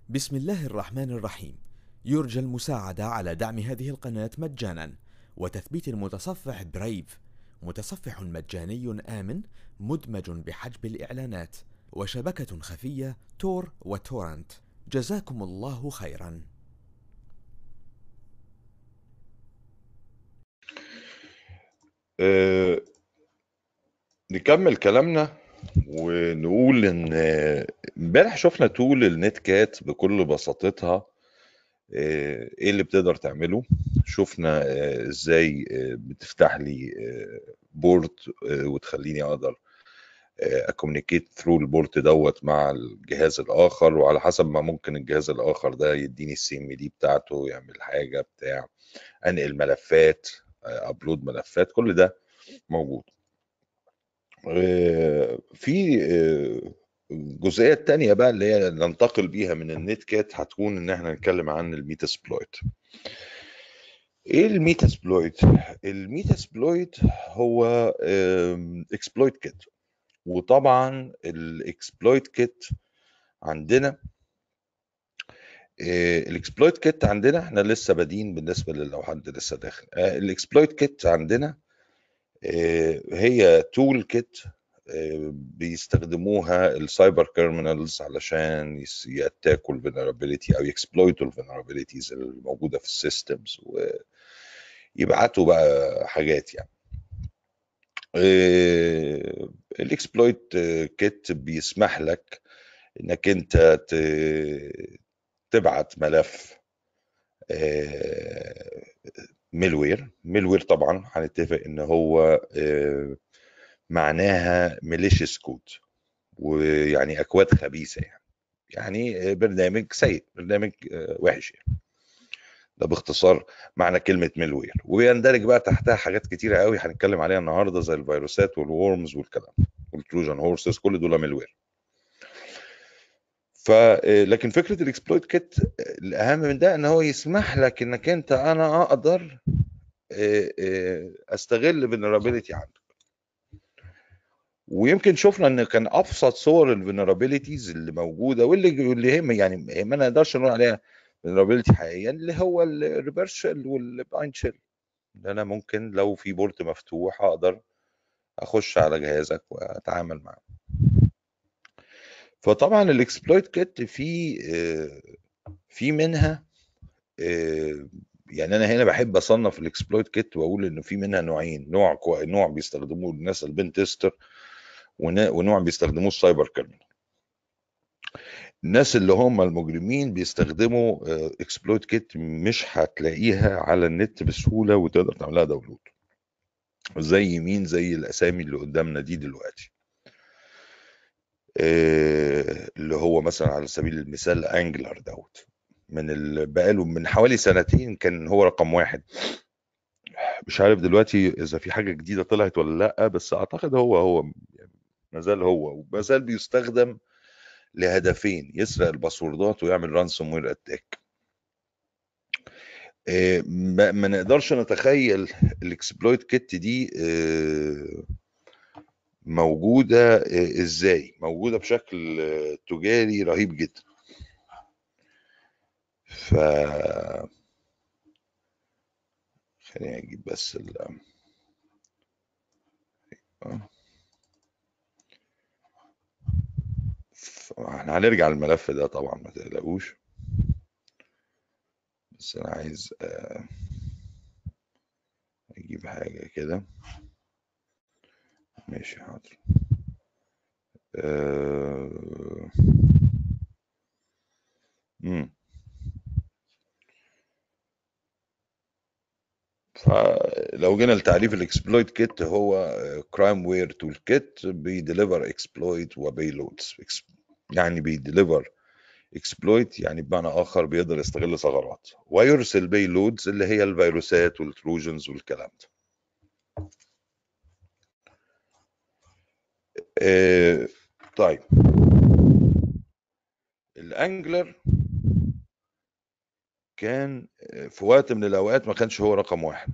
بسم الله الرحمن الرحيم. يرجى المساعدة على دعم هذه القناة مجانا وتثبيت المتصفح برايف، متصفح مجاني آمن مدمج بحجب الإعلانات وشبكة خفية تور وتورنت. جزاكم الله خيرا. نكمل كلامنا ونقول ان امبارح شفنا تول النت كات بكل بساطتها. ايه اللي بتقدر تعمله؟ شفنا ازاي بتفتح لي بورت وتخليني اقدر اكومينيكيت ثرو البورت دوت مع الجهاز الاخر، وعلى حسب ما ممكن الجهاز الاخر ده يديني السي ام دي بتاعته، يعمل حاجه بتاع، انقل ملفات، ابلود ملفات، كل ده موجود. في الجزئيه الثانيه بقى اللي هي ننتقل بيها من النت كات هتكون ان احنا نتكلم عن الميتاسبلويت. ايه الميتاسبلويت؟ الميتاسبلويت هو اكسبلويت كيت. وطبعا الاكسبلويت كيت عندنا، الاكسبلويت كيت عندنا احنا لسه بادين بالنسبه لو حد لسه داخل. الاكسبلويت كيت عندنا هي تول كيت بيستخدموها السايبر كريمنالز علشان ياتاكوا الفولنربيليتي او يكسبلويتوا الفولنربيليتيز الموجوده في السيستمز، ويبعتوا بقى حاجات يعني. الاكسبلويت كيت بيسمح لك انك انت تبعت ملف ميلوير طبعا هنتفق ان هو معناها ميليشيس كود، ويعني اكواد خبيثه يعني برنامج سيء، برنامج وحش يعني. ده باختصار معنى كلمه ميلوير، ويندرج بقى تحتها حاجات كتيره قوي هنتكلم عليها النهارده زي الفيروسات والورمز والكلام والتروجان هورسز، كل دول ميلوير. لكن فكره الاكسبلويت كيت الاهم من ده ان هو يسمح لك انك انا اقدر استغل vulnerability عندك. ويمكن شفنا ان كان ابسط صور الفولنربيليتيز اللي موجوده واللي هم يعني ما نقدرش نقول عليها فولنربيلتي حقيقيا، اللي هو الريفرس شيل والبايند شيل. ان انا ممكن لو في بورت مفتوح اقدر اخش على جهازك واتعامل معاه. فطبعا الاكسبلويت كيت في منها يعني انا هنا بحب اصنف الاكسبلويت كيت واقول انه في منها نوعين، نوع بيستخدموه الناس البن تيستر، ونوع بيستخدموه السايبر كريمنال. الناس اللي هم المجرمين بيستخدموا اكسبلويت كيت مش هتلاقيها على النت بسهوله وتقدر تعملها داونلود. زي مين؟ زي الاسامي اللي قدامنا دي دلوقتي، اللي هو مثلا على سبيل المثال انجلر دوت. بقاله من حوالي سنتين كان هو رقم واحد. مش عارف دلوقتي اذا في حاجه جديده طلعت ولا لا، بس اعتقد هو يعني مازال هو، ومازال بيستخدم لهدفين: يسرق الباسوردات ويعمل رانسوم وير اتاك. ما نقدرش نتخيل الاكسبلويت كيت دي موجودة ازاي، موجودة بشكل تجاري رهيب جدا. ف خليني اجيب بس احنا هنرجع للملف ده طبعا ما تقلقوش، بس انا عايز اجيب حاجة كده. ماشي حاضر. أه... مم. فلو جينا لتعريف الاكسبلويت كيت، هو كرايم وير تول كيت بيديليفر اكسبلويت وبيلودز. يعني بيديليفر اكسبلويت يعني بمعنى اخر بيقدر يستغل ثغرات، ويرسل بيلودز اللي هي الفيروسات والتروجنز والكلام ده. طيب، الانجلر كان في وقت من الاوقات ما كانش هو رقم واحد،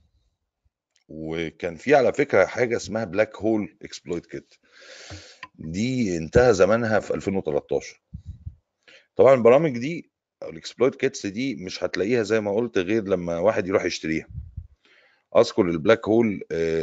وكان في على فكره حاجه اسمها بلاك هول اكسبلويت كيت. دي انتهى زمانها في 2013. طبعا البرامج دي او الاكسبلويت كيتس دي مش هتلاقيها زي ما قلت غير لما واحد يروح يشتريها. اذكر البلاك هول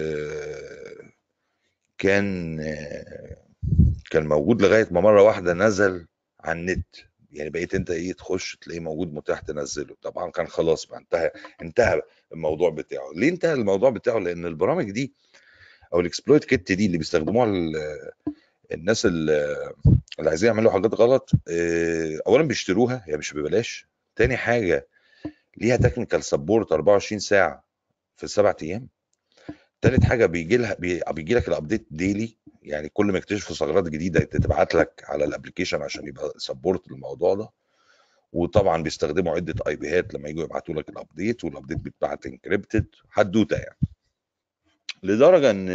كان كان موجود لغايه ما مره واحده نزل على النت. يعني بقيت انت ايه تخش تلاقيه موجود متاح تنزله. طبعا كان خلاص بقى انتهى الموضوع بتاعه. ليه انتهى الموضوع بتاعه؟ لان البرامج دي او الاكسبلويت كيت دي اللي بيستخدموها الناس اللي عايزين يعملوا حاجات غلط، اولا بيشتروها، هي مش ببلاش. تاني حاجه ليها تكنيكال سبورت 24 ساعه في السبع ايام. تالت حاجه بيجي لك الابديت ديلي، يعني كل ما يكتشفوا ثغرات جديده تتبعت لك على الابلكيشن عشان يبقى سبورت للموضوع ده. وطبعا بيستخدموا عده اي بيات لما يجوا يبعتوا لك الابديت، والابديت بيتبعت انكريبتد حدوته يعني. لدرجه ان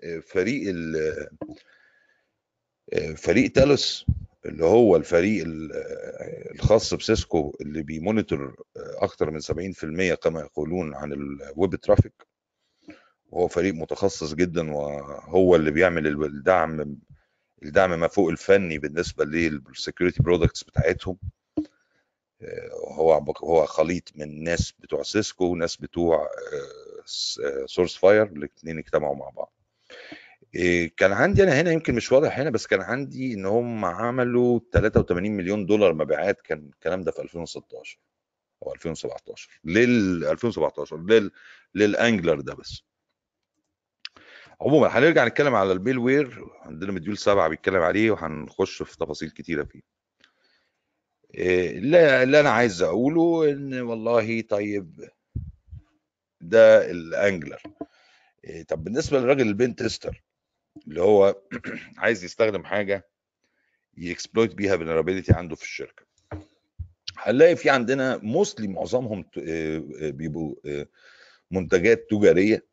فريق تالوس اللي هو الفريق الخاص بسيسكو اللي بيمونيتور اكتر من 70% كما يقولون عن الويب ترافيك، وهو فريق متخصص جدا، وهو اللي بيعمل الدعم ما فوق الفني بالنسبه للسكيورتي برودكتس بتاعتهم. هو خليط من ناس بتوع سيسكو وناس بتوع سورس فاير، الاثنين اجتمعوا مع بعض. كان عندي انا هنا، يمكن مش واضح هنا، بس كان عندي ان هم عملوا 83 مليون دولار مبيعات. كان الكلام ده في 2016 او 2017 للانجلر ده بس. عموما هنرجع نتكلم على البيل وير. عندنا مديول 7 بيتكلم عليه، وهنخش في تفاصيل كتيره فيه. لا، اللي انا عايز اقوله ان والله طيب ده الانجلر. طب بالنسبه للراجل البين تيستر اللي هو عايز يستخدم حاجه يكسبلويت بيها فينرابيلتي عنده في الشركه، هنلاقي في عندنا موستلي معظمهم بيبقوا منتجات تجاريه،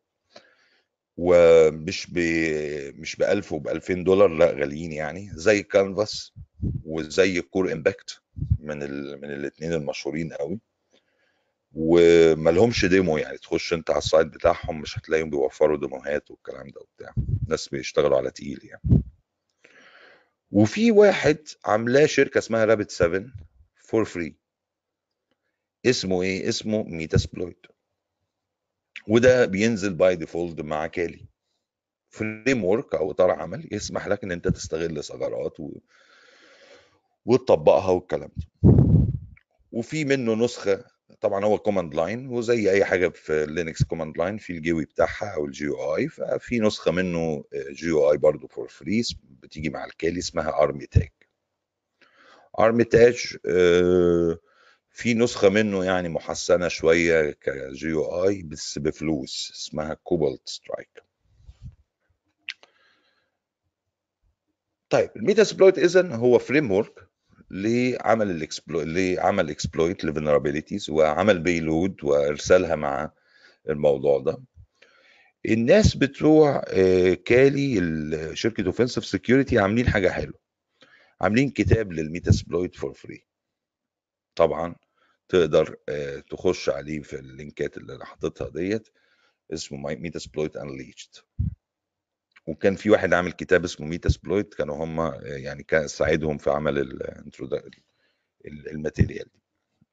ومش مش ب 1000 وب 2000 دولار، لا غاليين يعني، زي كانفاس وزي كور امباكت من الاثنين المشهورين قوي. وما لهمش ديمو، يعني تخش انت على السايت بتاعهم مش هتلاقيهم بيوفروا ديموهات والكلام ده وبتاع، ناس بيشتغلوا على تقيل يعني. وفي واحد عاملاه شركه اسمها رابت 7 فور فري، اسمه ايه؟ اسمه ميتاسبلويت. وده بينزل باي ديفولت مع كالي، فريم ورك او اطار عمل يسمح لك ان انت تستغل ثغرات وتطبقها والكلام ده. وفي منه نسخه، طبعا هو كوماند لاين، وزي اي حاجه في لينكس كوماند لاين في الجيوي بتاعها او الجي او اي. ففي نسخه منه جي او اي برضه فور فري بتيجي مع الكالي، اسمها ارمي تاج. ارمي تاج في نسخه منه يعني محسنه شويه كجي او اي بس بفلوس، اسمها كوبالت سترايك. طيب الميتاسبلويت اذا هو فريم ورك لعمل اكسبلويت لفولنربيليتيز، وعمل بيلود وارسالها مع الموضوع ده. الناس بتوع كالي شركه اوفنسيف سكيورتي عاملين حاجه حلوه، عاملين كتاب للميتاسبلويت فور فري. طبعا تقدر تخش عليه في اللينكات اللي انا حاططها ديت، اسمه ميتاسبلويت انليشد. وكان في واحد عامل كتاب اسمه ميتاسبلويت، كانوا هم يعني كان ساعدهم في عمل الماتيريال دي.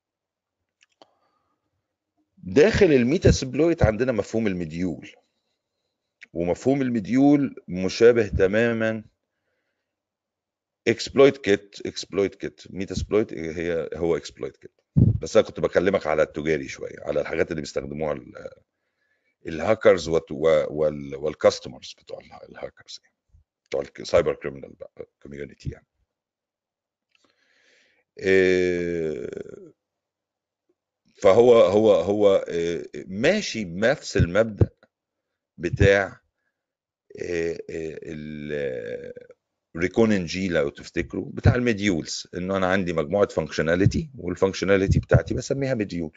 داخل الميتاسبلويت عندنا مفهوم المديول، ومفهوم المديول مشابه تماما اكسبلويت كيت ميتاسبلويت هو اكسبلويت كيت. بس انا كنت بكلمك على التجاري شويه، على الحاجات اللي بيستخدموها الهاكرز والكاستمرز بتوع الهاكرز، بتوع السايبر كريمنال كوميونتي يعني. فهو ماشي بنفس المبدأ بتاع الريكون ان جي لو تفتكروا، بتاع المديولز، انه انا عندي مجموعه فانكشناليتي، والفانكشناليتي بتاعتي بسميها مديول.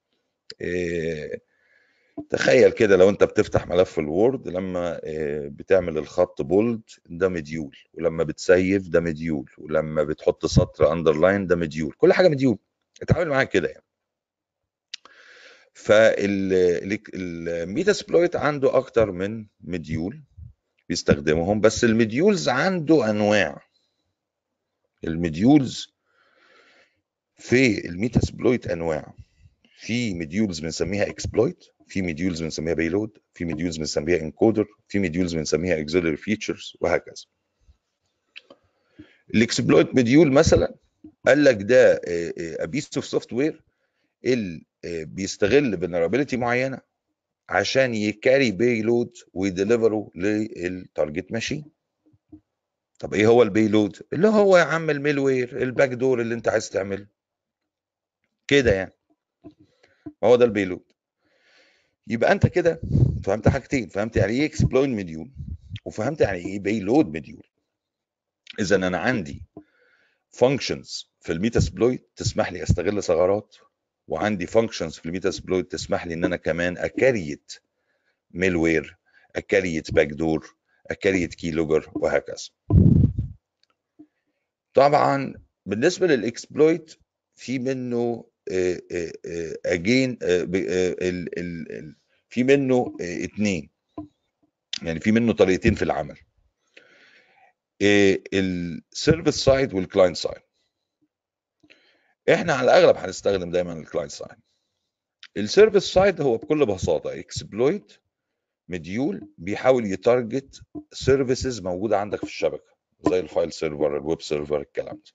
تخيل كده لو انت بتفتح ملف الوورد، لما بتعمل الخط بولد ده مديول، ولما بتسيف ده مديول، ولما بتحط سطر اندرلاين ده مديول، كل حاجه مديول. اتعامل معاها كده يعني. فالميتاسبلويت عنده اكتر من مديول بيستخدمهم، بس المديولز عنده انواع. المديولز في الميتاسبلويت انواع، في مديولز بنسميها اكسبلويت، في مديولز بنسميها بيلود، في مديولز بنسميها انكودر، في مديولز بنسميها اكسيلري فيتشرز، وهكذا. الاكسبلويت مديول مثلا قال لك ده بيس اوف سوفت وير اللي بيستغل فيلنربيلتي معينه عشان يكاري بيلود ويديليفره للتارجت ماشين. طب ايه هو البيلود؟ اللي هو يا عم الميلوير، الباك دور اللي انت عايز تعمله كده يعني، هو ده البيلود. يبقى انت كده فهمت حاجتين، فهمت يعني ايه اكسبلويت مديول، وفهمت يعني ايه بيلود مديول. اذا انا عندي فانكشنز في الميتاسبلويت تسمح لي استغل ثغرات، وعندي فانكشنز في الميتاسبلويت تسمح لي ان انا كمان اكريت ميلوير، اكريت باك دور، اكريت كي لوجر، وهكذا. طبعا بالنسبه للاكسبلويت في منه اجين في منه اتنين، يعني في منه طريقتين في العمل، السيرفيس سايد والكلاينت سايد. احنا على الاغلب هنستخدم دايما الكلاينت سايد. السيرفيس سايد هو بكل بساطه اكسبلويت مديول بيحاول يتارجت سيرفيسز موجوده عندك في الشبكه، زي الفايل سيرفر، الويب سيرفر، الكلام ده.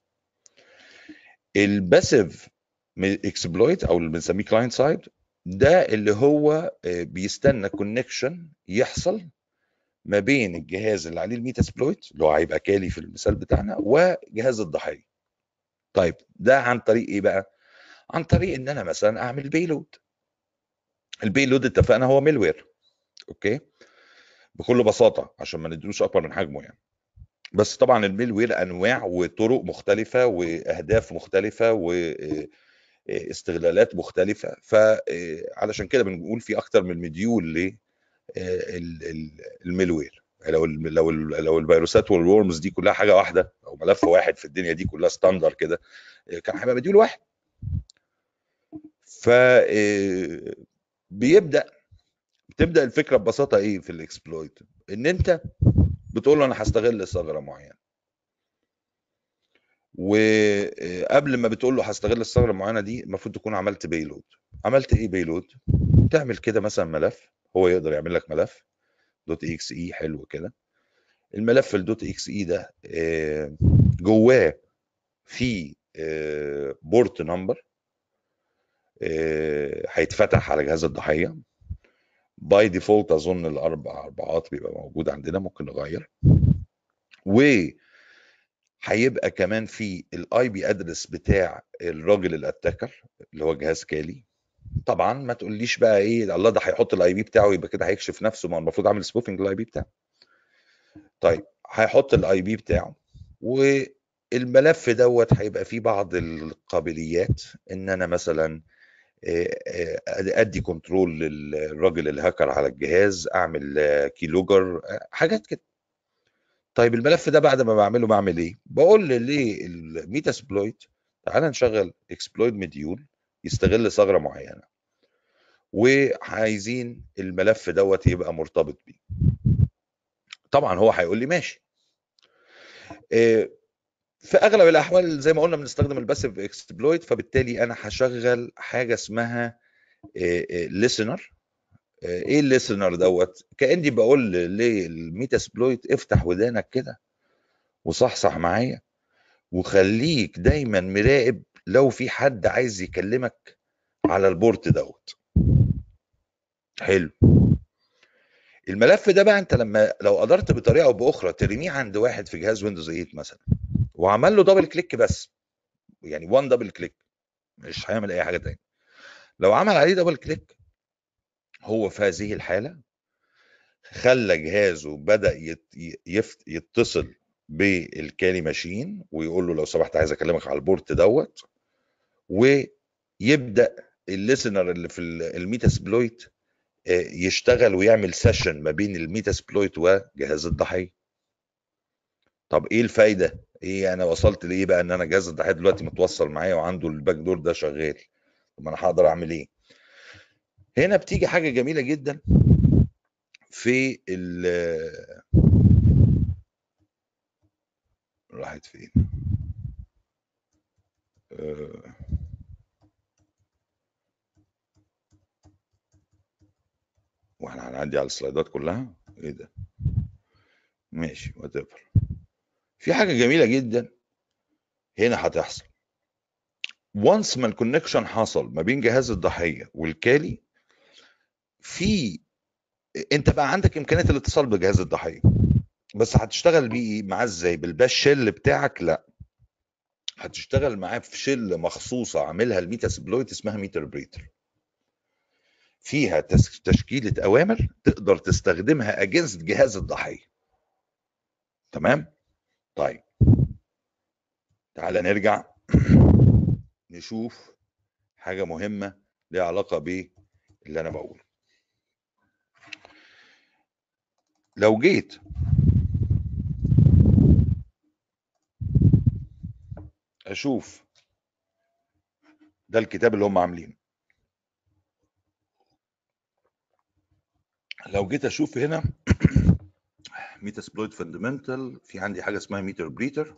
الباسيف اكسبلويت او اللي بنسميه كلاينت سايد ده اللي هو بيستنى كونكشن يحصل ما بين الجهاز اللي عليه الميتاسبلويت اللي هو هيبقى كالي في المثال بتاعنا وجهاز الضحيه. طيب ده عن طريق ايه بقى؟ عن طريق ان انا مثلا اعمل بيلود. البيلود اتفقنا هو ميلوير، اوكي، بكل بساطه عشان ما نديلوش اكبر من حجمه يعني. بس طبعا الميلوير انواع وطرق مختلفه واهداف مختلفه واستغلالات مختلفه، فعلشان كده بنقول في اكتر من مديول للميلوير. لو الفيروسات والورمز دي كلها حاجه واحده او ملف واحد في الدنيا دي كلها ستاندر كده، كان هيبقى مديول واحد. ف بتبدا الفكره ببساطه ايه في الاكسبلويت؟ ان انت بتقول له انا هستغل ثغره معينه، وقبل ما بتقول له هستغل الثغره المعينه دي المفروض تكون عملت بيلود. عملت ايه بيلود؟ تعمل كده مثلا ملف، هو يقدر يعمل لك ملف دوت اكس اي حلو كده. الملف الدوت اكس اي ده جواه في بورت نمبر هيتفتح على جهاز الضحيه. باي ديفولت اظن الاربع اربعات بيبقى موجود عندنا، ممكن نغير. وهيبقى كمان في الاي بي ادرس بتاع الراجل الاتاكر اللي هو جهاز كالي. طبعا ما تقوليش بقى ايه الله ده هيحط الاي بي بتاعه يبقى كده هيكشف نفسه، ما المفروض اعمل سبوفنج للاي بي بتاعه. طيب هيحط الاي بي بتاعه، والملف دوت هيبقى فيه بعض القابليات ان انا مثلا ادي كنترول للراجل الهاكر على الجهاز، اعمل كيلوجر، حاجات كده. طيب الملف ده بعد ما بعمله بعمل ايه؟ بقول للميتاسبلويت تعالى نشغل اكسبلويت مديول يستغل ثغره معينه، وعايزين الملف دوت يبقى مرتبط بيه. طبعا هو هيقول لي ماشي. في اغلب الاحوال زي ما قلنا بنستخدم الباسيف اكسبلويت، فبالتالي انا هشغل حاجه اسمها ليسنر. ايه الليسنر دوت؟ كاني بقول للميتاسبلويت افتح ودانك كده وصحصح معايا، وخليك دايما مراقب لو في حد عايز يكلمك على البورت دوت. حلو. الملف ده بقى انت لو قدرت بطريقه او باخرى ترميه عند واحد في جهاز ويندوز 8 مثلا، وعمل له دبل كليك بس، يعني وان دبل كليك، مش هيعمل اي حاجه تاني. لو عمل عليه دبل كليك، هو في هذه الحاله خلى جهازه بدا يتصل بالكالي ماشين، ويقول له لو سمحت عايز اكلمك على البورت دوت، ويبدا الليسنر اللي في الميتاسبلويت يشتغل ويعمل سيشن ما بين الميتاسبلويت وجهاز الضحيه. طب ايه الفايده؟ ايه انا وصلت لايه بقى؟ ان انا جهاز الضحيه دلوقتي متوصل معايا وعنده الباك دور ده شغال. طب انا هقدر اعمل ايه؟ هنا بتيجي حاجه جميله جدا في راحت فين؟ هنعدي على السلايدات كلها. ايه ده؟ ماشي whatever. في حاجة جميلة جدا هنا هتحصل. وانس ما الكونكشن حصل ما بين جهاز الضحية والكالي، انت بقى عندك امكانية الاتصال بجهاز الضحية، بس هتشتغل بيه معاه ازاي؟ بالباش شيل بتاعك؟ لا، هتشتغل معاه في شيل مخصوصة عاملها الميتاسبلويت اسمها ميتر بريتر، فيها تشكيلة اوامر تقدر تستخدمها اجينست جهاز الضحية. تمام؟ طيب تعال نرجع نشوف حاجة مهمة ليها علاقة باللي انا بقوله. لو جيت اشوف ده الكتاب اللي هم عاملينه، لو جيت اشوف هنا ميتاسبلويت فاندمنتال، في عندي حاجه اسمها ميتر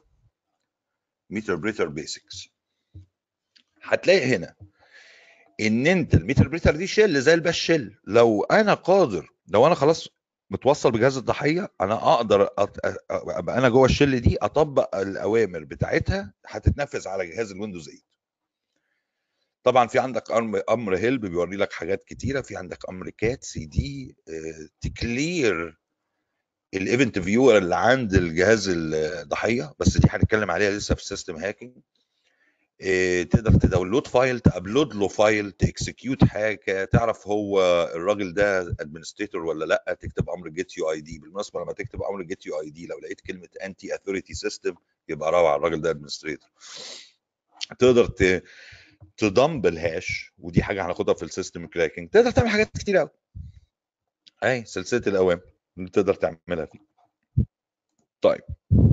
بريتر بيسكس. هتلاقي هنا ان انت الميتر بريتر دي شيل زي الباش شيل. لو انا خلاص متوصل بجهاز الضحيه، انا اقدر ابقى انا جوه الشيل دي اطبق الاوامر بتاعتها هتتنفذ على جهاز الويندوز 8. طبعا في عندك امر هيلب بيوري لك حاجات كتيره، في عندك امر كات سي دي تكلير الايفنت فيور اللي عند الجهاز الضحيه، بس دي هنتكلم عليها لسه في السيستم هاكينج. تقدر تداونلود فايل، تابلود له فايل، تكسكيوت حاجه، تعرف هو الراجل ده ادمنستريتور ولا لا، تكتب امر جيت يو اي دي. بالمناسبه لما تكتب امر جيت يو اي دي لو لقيت كلمه انتي اثوريتي سيستم يبقى روعه، الراجل ده ادمنستريتور. تقدر تضمب الهاش، ودي حاجه هناخدها في السيستم كراكنج. تقدر تعمل حاجات كتير قوي، اي سلسله الاوامر اللي تقدر تعملها فيه. طيب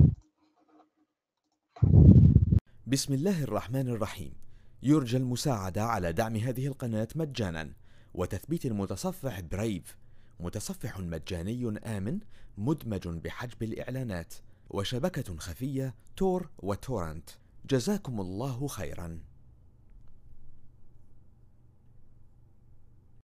بسم الله الرحمن الرحيم. يرجى المساعدة على دعم هذه القناة مجانا وتثبيت المتصفح برايف، متصفح مجاني آمن مدمج بحجب الإعلانات وشبكة خفية تور وتورنت. جزاكم الله خيرا.